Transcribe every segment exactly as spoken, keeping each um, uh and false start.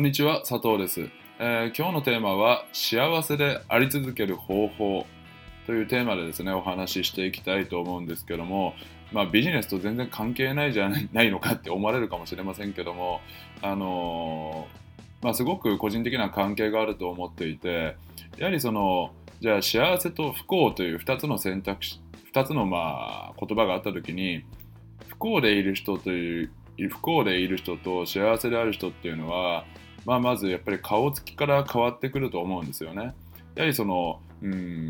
んにちは、佐藤です、えー今日のテーマは幸せであり続ける方法というテーマでですね、お話ししていきたいと思うんですけども、まあ、ビジネスと全然関係ないじゃないのかって思われるかもしれませんけども、あのーまあ、すごく個人的な関係があると思っていて、やはりその、じゃあ幸せと不幸というふたつの選択肢、ふたつのまあ言葉があったときに、不幸でいる人という不幸でいる人と幸せである人っていうのは、まあ、まずやっぱり顔つきから変わってくると思うんですよね。やはりその、うん、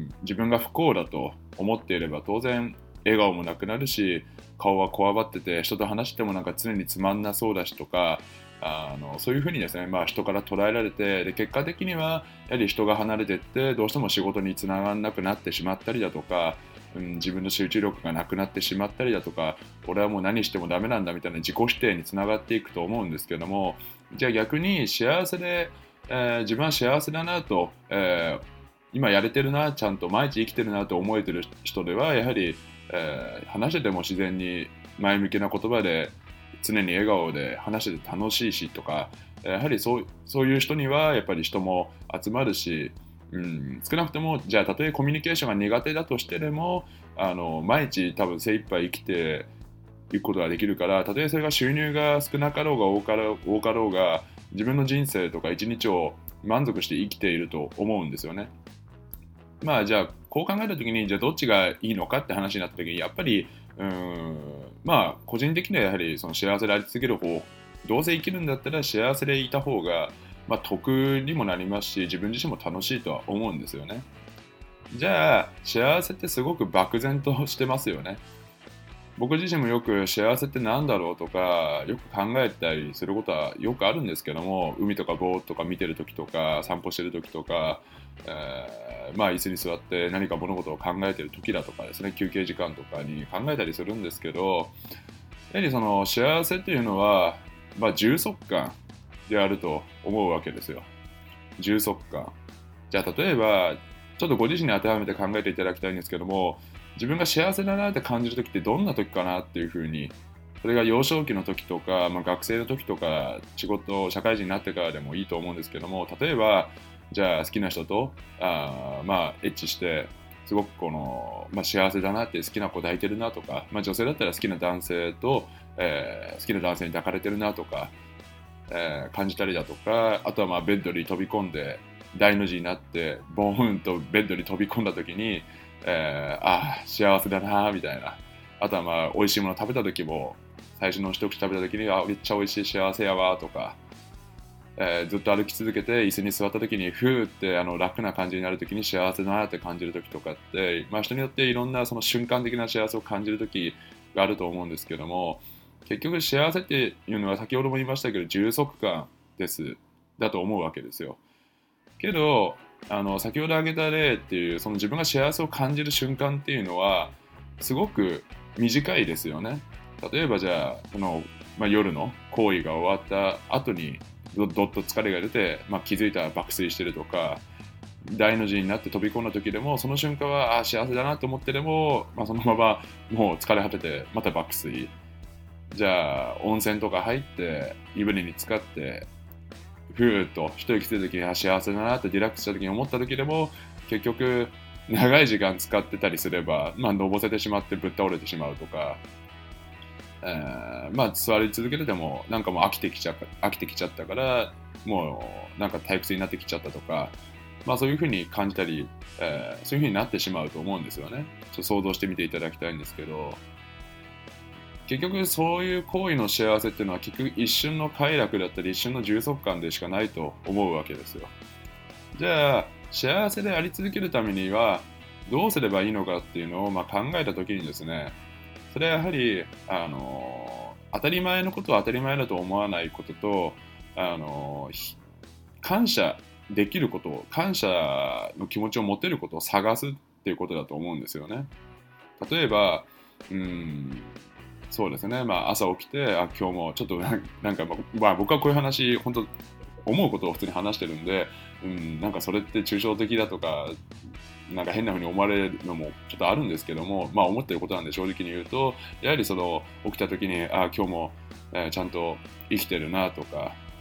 自分が不幸だと思っていれば当然笑顔もなくなるし、顔はこわばってて人と話してもなんか常につまんなそうだしとか、あのそういうふうにですね、まあ、人から捉えられて、で結果的にはやはり人が離れていってどうしても仕事につながらなくなってしまったりだとか、うん、自分の集中力がなくなってしまったりだとか、俺はもう何してもダメなんだみたいな自己否定につながっていくと思うんですけども、じゃあ逆に幸せで、えー自分は幸せだなと、えー今やれてるな、ちゃんと毎日生きてるなと思えてる人では、やはり、えー話してても自然に前向きな言葉で常に笑顔で話してて楽しいしとか、やはりそう、そういう人にはやっぱり人も集まるし、うん、少なくともじゃあたとえコミュニケーションが苦手だとしてでも、あの毎日多分精一杯生きていくことができるから、たとえそれが収入が少なかろうが多かろう多かろうが、自分の人生とか一日を満足して生きていると思うんですよね。まあじゃあこう考えた時に、じゃあどっちがいいのかって話になった時に、やっぱりうーんまあ個人的にはやはりその幸せであり続ける方、どうせ生きるんだったら幸せでいた方が、まあ、得にもなりますし、自分自身も楽しいとは思うんですよね。じゃあ幸せってすごく漠然としてますよね。僕自身もよく幸せって何だろうとかよく考えたりすることはよくあるんですけども、海とかボートとか見てる時とか散歩してる時とか、えーまあ椅子に座って何か物事を考えてる時だとかですね、休憩時間とかに考えたりするんですけど、やはりその幸せっていうのは、まあ、充足感であると思うわけですよ。充足感。じゃあ例えばちょっとご自身に当てはめて考えていただきたいんですけども、自分が幸せだなって感じる時ってどんな時かなっていうふうに、それが幼少期の時とか、まあ、学生の時とか仕事社会人になってからでもいいと思うんですけども、例えばじゃあ好きな人とあーまあエッチしてすごくこの、まあ、幸せだなって、好きな子抱いてるなとか、まあ、女性だったら好きな男性と、えー好きな男性に抱かれてるなとか、えー感じたりだとか、あとはまあベッドに飛び込んで大の字になってボーンとベッドに飛び込んだ時に、えーああ幸せだなみたいな。あとはまあ美味しいもの食べた時も、最初の一口食べた時にあめっちゃ美味しい幸せやわとか、えーずっと歩き続けて椅子に座った時にふーってあの楽な感じになる時に幸せだなって感じる時とかって、まあ、人によっていろんなその瞬間的な幸せを感じる時があると思うんですけども、結局幸せっていうのは先ほども言いましたけど充足感ですだと思うわけですよ。けどあの先ほど挙げた例っていうその自分が幸せを感じる瞬間っていうのはすごく短いですよね。例えばじゃあこの、まあ、夜の行為が終わった後にどどっと疲れが出て、まあ、気づいたら爆睡してるとか、大の字になって飛び込んだ時でもその瞬間はあ幸せだなと思ってでも、まあ、そのままもう疲れ果ててまた爆睡。じゃあ温泉とか入って湯船に浸かってふーっと一息ついた時にあ幸せだなってリラックスした時に思った時でも、結局長い時間使ってたりすれば、まあ、のぼせてしまってぶっ倒れてしまうとか、えーまあ座り続けててもなんかもう飽きてきちゃ飽きてきちゃったからもうなんか退屈になってきちゃったとか、まあそういうふうに感じたり、えーそういうふうになってしまうと思うんですよね。ちょっと想像してみていただきたいんですけど、結局そういう行為の幸せっていうのは結局一瞬の快楽だったり一瞬の充足感でしかないと思うわけですよ。じゃあ幸せであり続けるためにはどうすればいいのかっていうのをまあ考えたときにですね、それはやはり、あの当たり前のことを当たり前だと思わないことと、あの感謝できることを、感謝の気持ちを持てることを探すっていうことだと思うんですよね。例えば、うーん、そうですね、まあ、朝起きて、あ、今日もちょっとなんなんか、まあ、僕はこういう話、本当、思うことを普通に話してるんで、うん、なんかそれって抽象的だとか、なんか変な風に思われるのもちょっとあるんですけども、まあ思ってることなんで正直に言うと、やはりその起きた時に、あ、今日も、えーちゃんと生きてるなとか、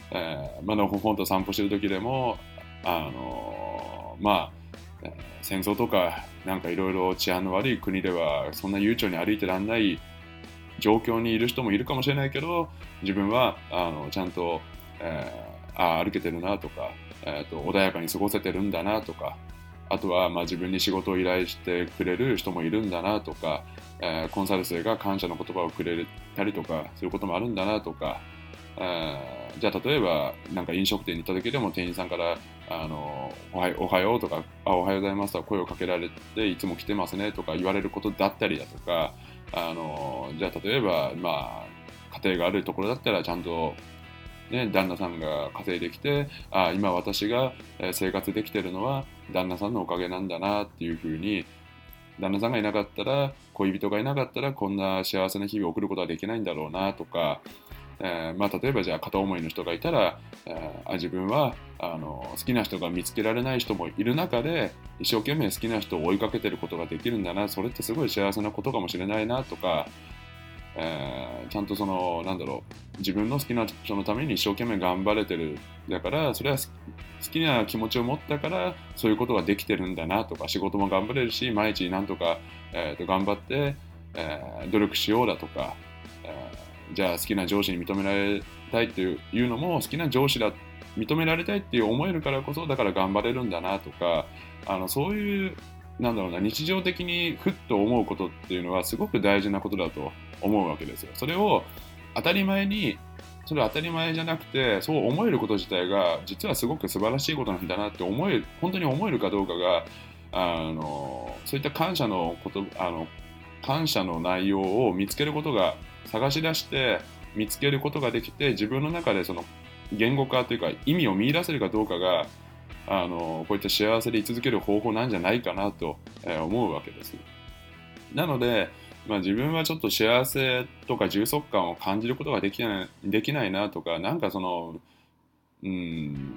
えーまあのほほんと散歩してる時でも、あのまあ、えー戦争とかなんかいろいろ治安の悪い国ではそんな悠長に歩いてらんない状況にいる人もいるかもしれないけど、自分はあのちゃんと、えーあ歩けてるなとか、えーと、穏やかに過ごせてるんだなとか、あとはまあ自分に仕事を依頼してくれる人もいるんだなとか、えーコンサル生が感謝の言葉をくれたりとか、そういうこともあるんだなとか、えーじゃあ例えばなんか飲食店に行った時でも店員さんからあのおはよおはようとかあおはようございますとか声をかけられて、いつも来てますねとか言われることだったりだとか、あのじゃあ例えばまあ家庭があるところだったらちゃんとね、旦那さんが稼いできて、あ今私がえー生活できてるのは旦那さんのおかげなんだなっていうふうに、旦那さんがいなかったら、恋人がいなかったらこんな幸せな日々を送ることはできないんだろうなとか、えーまあ、例えばじゃあ片思いの人がいたら、えーあ自分はあの好きな人が見つけられない人もいる中で一生懸命好きな人を追いかけてることができるんだな、それってすごい幸せなことかもしれないなとか、えーちゃんとそのなんだろう自分の好きな人のために一生懸命頑張れてる、だからそれは好きな気持ちを持ったからそういうことができてるんだなとか、仕事も頑張れるし毎日なんとか、えーと頑張って、えー努力しようだとか、えーじゃあ好きな上司に認められたいっていうのも好きな上司だ認められたいっていう思えるからこそだから頑張れるんだなとか、あのそういうなんだろうな日常的にふっと思うことっていうのはすごく大事なことだと思うわけですよ。それを当たり前にそれは当たり前じゃなくてそう思えること自体が実はすごく素晴らしいことなんだなって思える、本当に思えるかどうかがあのそういった感謝のことあの感謝の内容を見つけることが探し出して見つけることができて、自分の中でその言語化というか意味を見出せるかどうかがあのこういった幸せで居続ける方法なんじゃないかなと、えー思うわけです。なので、まあ、自分はちょっと幸せとか充足感を感じることができない、できないなとか、なんかそのうん、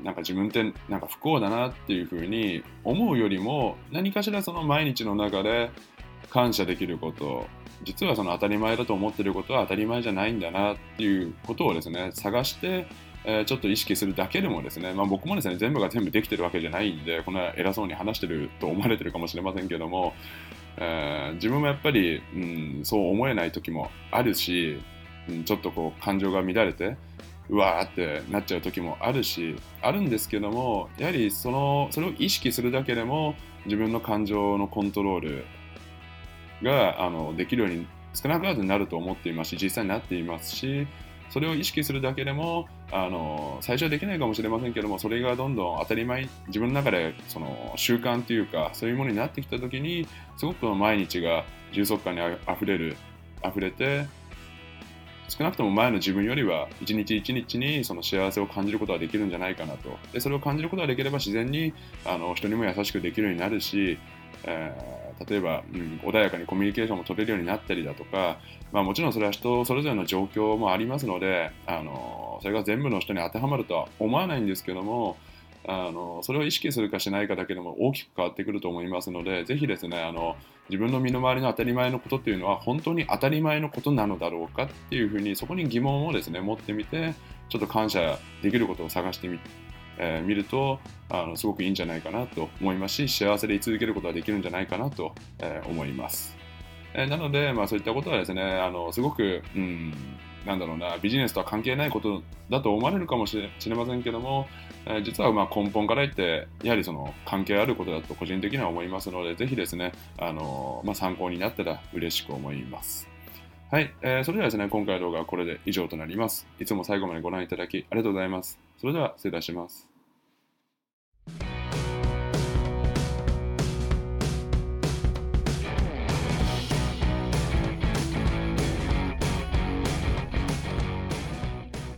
なんか自分ってなんか不幸だなっていうふうに思うよりも、何かしらその毎日の中で感謝できること、実はその当たり前だと思っていることは当たり前じゃないんだなっていうことをですね探して、えーちょっと意識するだけでもですね、まあ、僕もですね全部が全部できてるわけじゃないんでこんな偉そうに話してると思われてるかもしれませんけども、えー自分もやっぱり、うん、そう思えない時もあるし、うん、ちょっとこう感情が乱れてうわーってなっちゃう時もあるしあるんですけども、やはりそのそれを意識するだけでも自分の感情のコントロールがあのできるように少なからずなると思っていますし、実際になっていますし、それを意識するだけでもあの最初はできないかもしれませんけども、それがどんどん当たり前、自分の中でその習慣というかそういうものになってきた時にすごく毎日が充足感にあふれる溢れて、少なくとも前の自分よりは一日一日にその幸せを感じることができるんじゃないかなと。でそれを感じることができれば自然にあの人にも優しくできるようになるし、えー例えば、うん、穏やかにコミュニケーションも取れるようになったりだとか、まあ、もちろんそれは人それぞれの状況もありますので、あのそれが全部の人に当てはまるとは思わないんですけども、あのそれを意識するかしないかだけでも大きく変わってくると思いますので、ぜひですねあの自分の身の回りの当たり前のことっていうのは本当に当たり前のことなのだろうかっていうふうに、そこに疑問をですね持ってみて、ちょっと感謝できることを探してみてえー見るとあのすごくいいんじゃないかなと思いますし、幸せで居続けることができるんじゃないかなと、えー思います。えーなので、まあ、そういったことはですねあのすごく、うん、なんだろうなビジネスとは関係ないことだと思われるかもしれ、しれませんけども、えー実はまあ根本から言ってやはりその関係あることだと個人的には思いますので、ぜひですねあの、まあ、参考になったら嬉しく思います。はい、えーそれではですね今回の動画はこれで以上となります。いつも最後までご覧いただきありがとうございます。それでは失礼いたします。